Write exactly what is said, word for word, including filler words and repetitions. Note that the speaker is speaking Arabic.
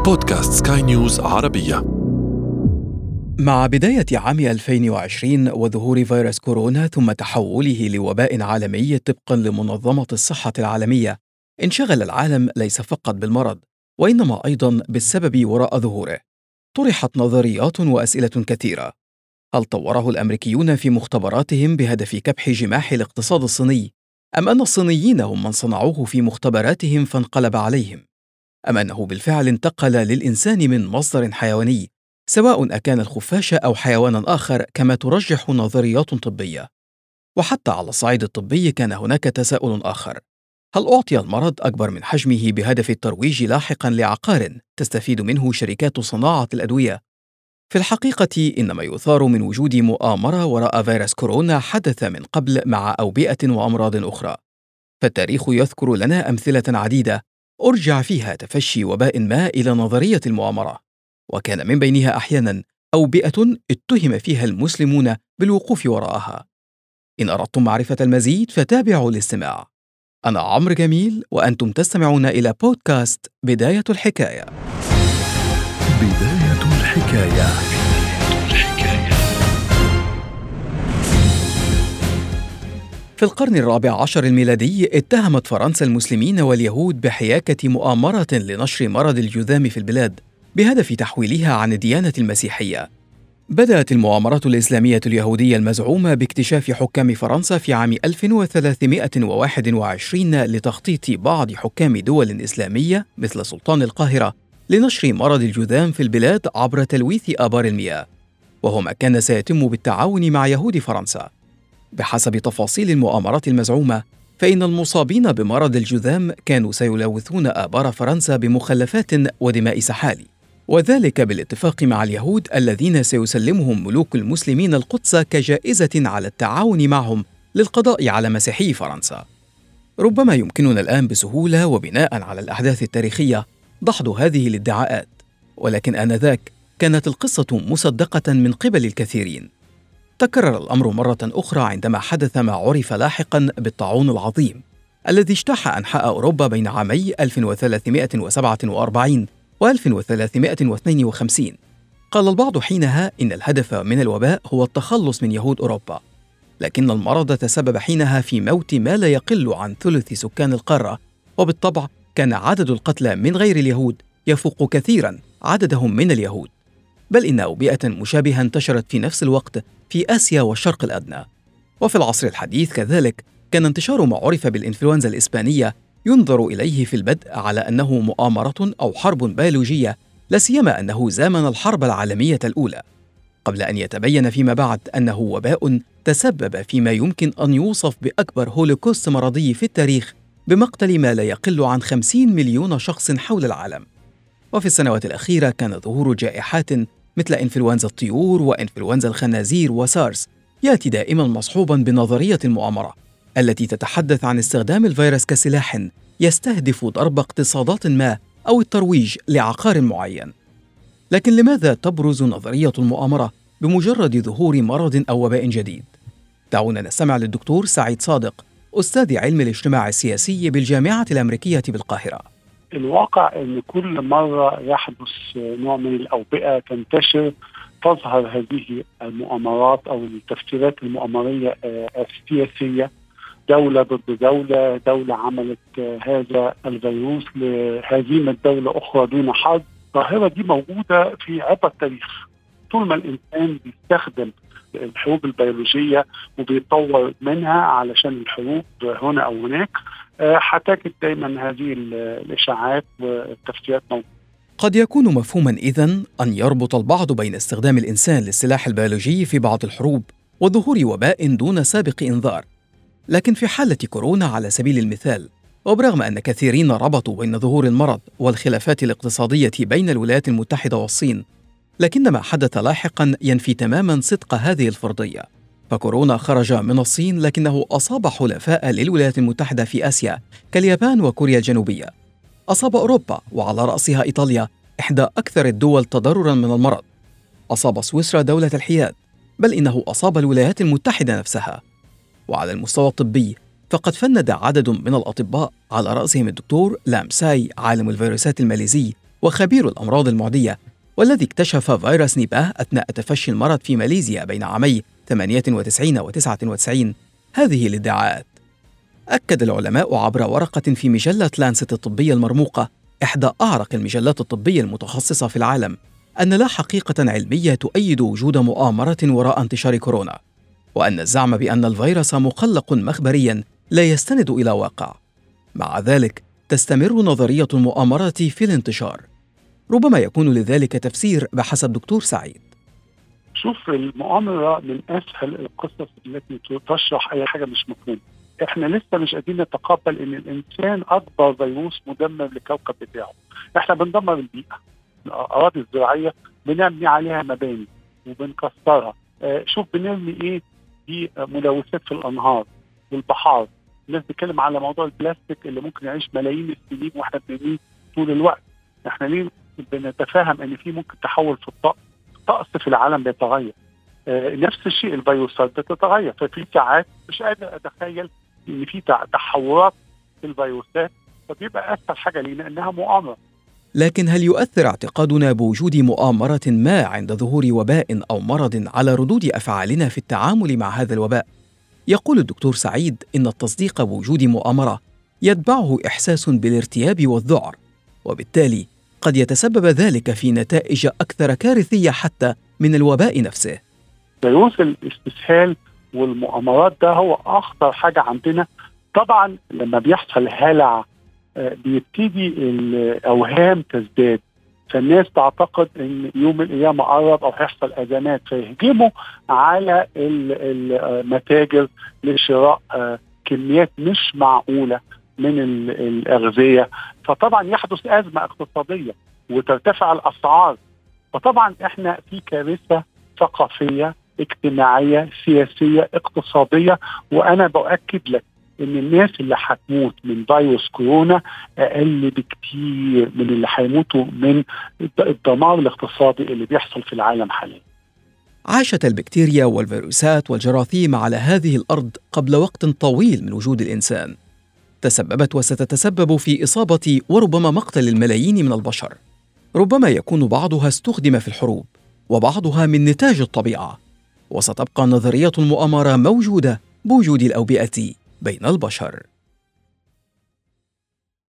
بودكاست سكاي نيوز عربية. مع بداية عام ألفين وعشرين وظهور فيروس كورونا ثم تحوله لوباء عالمي طبقاً لمنظمة الصحة العالمية، انشغل العالم ليس فقط بالمرض وإنما أيضاً بالسبب وراء ظهوره. طرحت نظريات وأسئلة كثيرة. هل طوره الأمريكيون في مختبراتهم بهدف كبح جماح الاقتصاد الصيني؟ أم أن الصينيين هم من صنعوه في مختبراتهم فانقلب عليهم؟ أم أنه بالفعل انتقل للإنسان من مصدر حيواني، سواء أكان الخفاش أو حيوانا آخر كما ترجح نظريات طبية؟ وحتى على الصعيد الطبي كان هناك تساؤل آخر: هل أعطي المرض أكبر من حجمه بهدف الترويج لاحقا لعقار تستفيد منه شركات صناعة الأدوية؟ في الحقيقة إن ما يثار من وجود مؤامرة وراء فيروس كورونا حدث من قبل مع أوبئة وأمراض أخرى، فالتاريخ يذكر لنا أمثلة عديدة أرجع فيها تفشي وباء ما إلى نظرية المؤامرة، وكان من بينها أحياناً أوبئة اتهم فيها المسلمون بالوقوف وراءها. إن أردتم معرفة المزيد فتابعوا الاستماع. أنا عمرو جميل وأنتم تستمعون إلى بودكاست بداية الحكاية. بداية الحكاية. في القرن الرابع عشر الميلادي اتهمت فرنسا المسلمين واليهود بحياكة مؤامرة لنشر مرض الجذام في البلاد بهدف تحويلها عن الديانة المسيحية. بدأت المؤامرة الإسلامية اليهودية المزعومة باكتشاف حكام فرنسا في عام ألف وثلاثمائة وواحد وعشرين لتخطيط بعض حكام دول إسلامية مثل سلطان القاهرة لنشر مرض الجذام في البلاد عبر تلويث آبار المياه، وهو ما كان سيتم بالتعاون مع يهود فرنسا. بحسب تفاصيل المؤامرة المزعومة، فإن المصابين بمرض الجذام كانوا سيلوثون آبار فرنسا بمخلفات ودماء سحالي، وذلك بالاتفاق مع اليهود الذين سيسلمهم ملوك المسلمين القدس كجائزة على التعاون معهم للقضاء على مسيحي فرنسا. ربما يمكننا الآن بسهولة وبناء على الأحداث التاريخية دحض هذه الادعاءات، ولكن آنذاك كانت القصة مصدقة من قبل الكثيرين. تكرر الأمر مرة أخرى عندما حدث ما عرف لاحقاً بالطاعون العظيم الذي اجتاح أنحاء أوروبا بين عامي ألف وثلاثمائة وسبعة وأربعين و ألف وثلاثمائة واثنين وخمسين. قال البعض حينها إن الهدف من الوباء هو التخلص من يهود أوروبا، لكن المرض تسبب حينها في موت ما لا يقل عن ثلث سكان القارة، وبالطبع كان عدد القتلى من غير اليهود يفوق كثيراً عددهم من اليهود. بل إن أوبئة مشابهة انتشرت في نفس الوقت في آسيا والشرق الأدنى. وفي العصر الحديث كذلك كان انتشار ما عرف بالإنفلونزا الإسبانية ينظر إليه في البدء على أنه مؤامرة أو حرب بيولوجية، لا سيما أنه زامن الحرب العالمية الأولى، قبل أن يتبين فيما بعد أنه وباء تسبب فيما يمكن أن يوصف بأكبر هولوكوست مرضي في التاريخ بمقتل ما لا يقل عن خمسين مليون شخص حول العالم. وفي السنوات الأخيرة كان ظهور جائحات مثل إنفلونزا الطيور وإنفلونزا الخنازير وسارس يأتي دائما مصحوبا بنظرية المؤامرة التي تتحدث عن استخدام الفيروس كسلاح يستهدف ضرب اقتصادات ما أو الترويج لعقار معين. لكن لماذا تبرز نظرية المؤامرة بمجرد ظهور مرض أو وباء جديد؟ دعونا نستمع للدكتور سعيد صادق، أستاذ علم الاجتماع السياسي بالجامعة الأمريكية بالقاهرة. الواقع أن كل مرة يحدث نوع من الأوبئة تنتشر تظهر هذه المؤامرات أو التفسيرات المؤامرية السياسية، دولة ضد دولة، دولة عملت هذا الفيروس لهزيمة دولة أخرى دون حرب. الظاهرة دي موجودة في عبر التاريخ. طول ما الإنسان بيستخدم الحروب البيولوجية وبيطور منها علشان الحروب هنا أو هناك، حتجد دائما هذه الإشاعات والتفسيرات موجودة. قد يكون مفهوما إذن أن يربط البعض بين استخدام الإنسان للسلاح البيولوجي في بعض الحروب وظهور وباء دون سابق إنذار. لكن في حالة كورونا على سبيل المثال، وبرغم أن كثيرين ربطوا بين ظهور المرض والخلافات الاقتصادية بين الولايات المتحدة والصين، لكن ما حدث لاحقا ينفي تماما صدق هذه الفرضية. فكورونا خرج من الصين لكنه أصاب حلفاء للولايات المتحدة في آسيا كاليابان وكوريا الجنوبية. أصاب أوروبا وعلى رأسها إيطاليا، إحدى أكثر الدول تضررا من المرض. أصاب سويسرا دولة الحياد، بل إنه أصاب الولايات المتحدة نفسها. وعلى المستوى الطبي فقد فند عدد من الأطباء على رأسهم الدكتور لام ساي عالم الفيروسات الماليزي وخبير الأمراض المعدية، والذي اكتشف فيروس نيباه أثناء تفشي المرض في ماليزيا بين عامي ثمانية وتسعين وتسعة وتسعين هذه الادعاءات. أكد العلماء عبر ورقة في مجلة لانست الطبية المرموقة، إحدى أعرق المجلات الطبية المتخصصة في العالم، أن لا حقيقة علمية تؤيد وجود مؤامرة وراء انتشار كورونا، وأن الزعم بأن الفيروس مقلق مخبرياً لا يستند إلى واقع. مع ذلك تستمر نظرية المؤامرة في الانتشار. ربما يكون لذلك تفسير بحسب دكتور سعيد. شوف، المؤامرة من أسهل القصص التي تشرح أي حاجة مش مفهومة. إحنا لسه مش قادرين نتقبل إن الإنسان أكبر فيروس مدمر للكوكب بتاعه. إحنا بندمر البيئة، الأراضي الزراعية بنبني عليها مباني وبنكسرها. آه شوف بنرمي إيه دي ملوثات في الأنهار والبحار. الناس بتتكلم على موضوع البلاستيك اللي ممكن يعيش ملايين السنين وإحنا بنرميه طول الوقت. إحنا ليه بنتفاهم إن في ممكن تحول في الطقس؟ الطقس في العالم بيتغير. آه نفس الشيء الفيروسات بتتغير، ففي ساعات مش قادر أتخيل إن في تحورات في الفيروسات، فبيبقى أسهل حاجة لينا إنها مؤامرة. لكن هل يؤثر اعتقادنا بوجود مؤامرة ما عند ظهور وباء أو مرض على ردود أفعالنا في التعامل مع هذا الوباء؟ يقول الدكتور سعيد إن التصديق بوجود مؤامرة يتبعه إحساس بالارتياب والذعر، وبالتالي قد يتسبب ذلك في نتائج أكثر كارثية حتى من الوباء نفسه. فيروس الاستسهال والمؤامرات ده هو أخطر حاجة عندنا. طبعا لما بيحصل هلع بيبتدي الأوهام تزداد، فالناس تعتقد ان يوم القيامة قرب او هيحصل ازمات، فيهجموا على المتاجر لشراء كميات مش معقولة من الأغذية، فطبعا يحدث أزمة اقتصادية وترتفع الأسعار. فطبعا احنا في كارثة ثقافية اجتماعية سياسية اقتصادية، وانا بأكد لك ان الناس اللي هتموت من فيروس كورونا اقل بكتير من اللي هيموتوا من الدمار الاقتصادي اللي بيحصل في العالم حاليا. عاشت البكتيريا والفيروسات والجراثيم على هذه الأرض قبل وقت طويل من وجود الإنسان، تسببت وستتسبب في إصابة وربما مقتل الملايين من البشر. ربما يكون بعضها استخدم في الحروب وبعضها من نتاج الطبيعة، وستبقى نظرية المؤامرة موجودة بوجود الأوبئة بين البشر.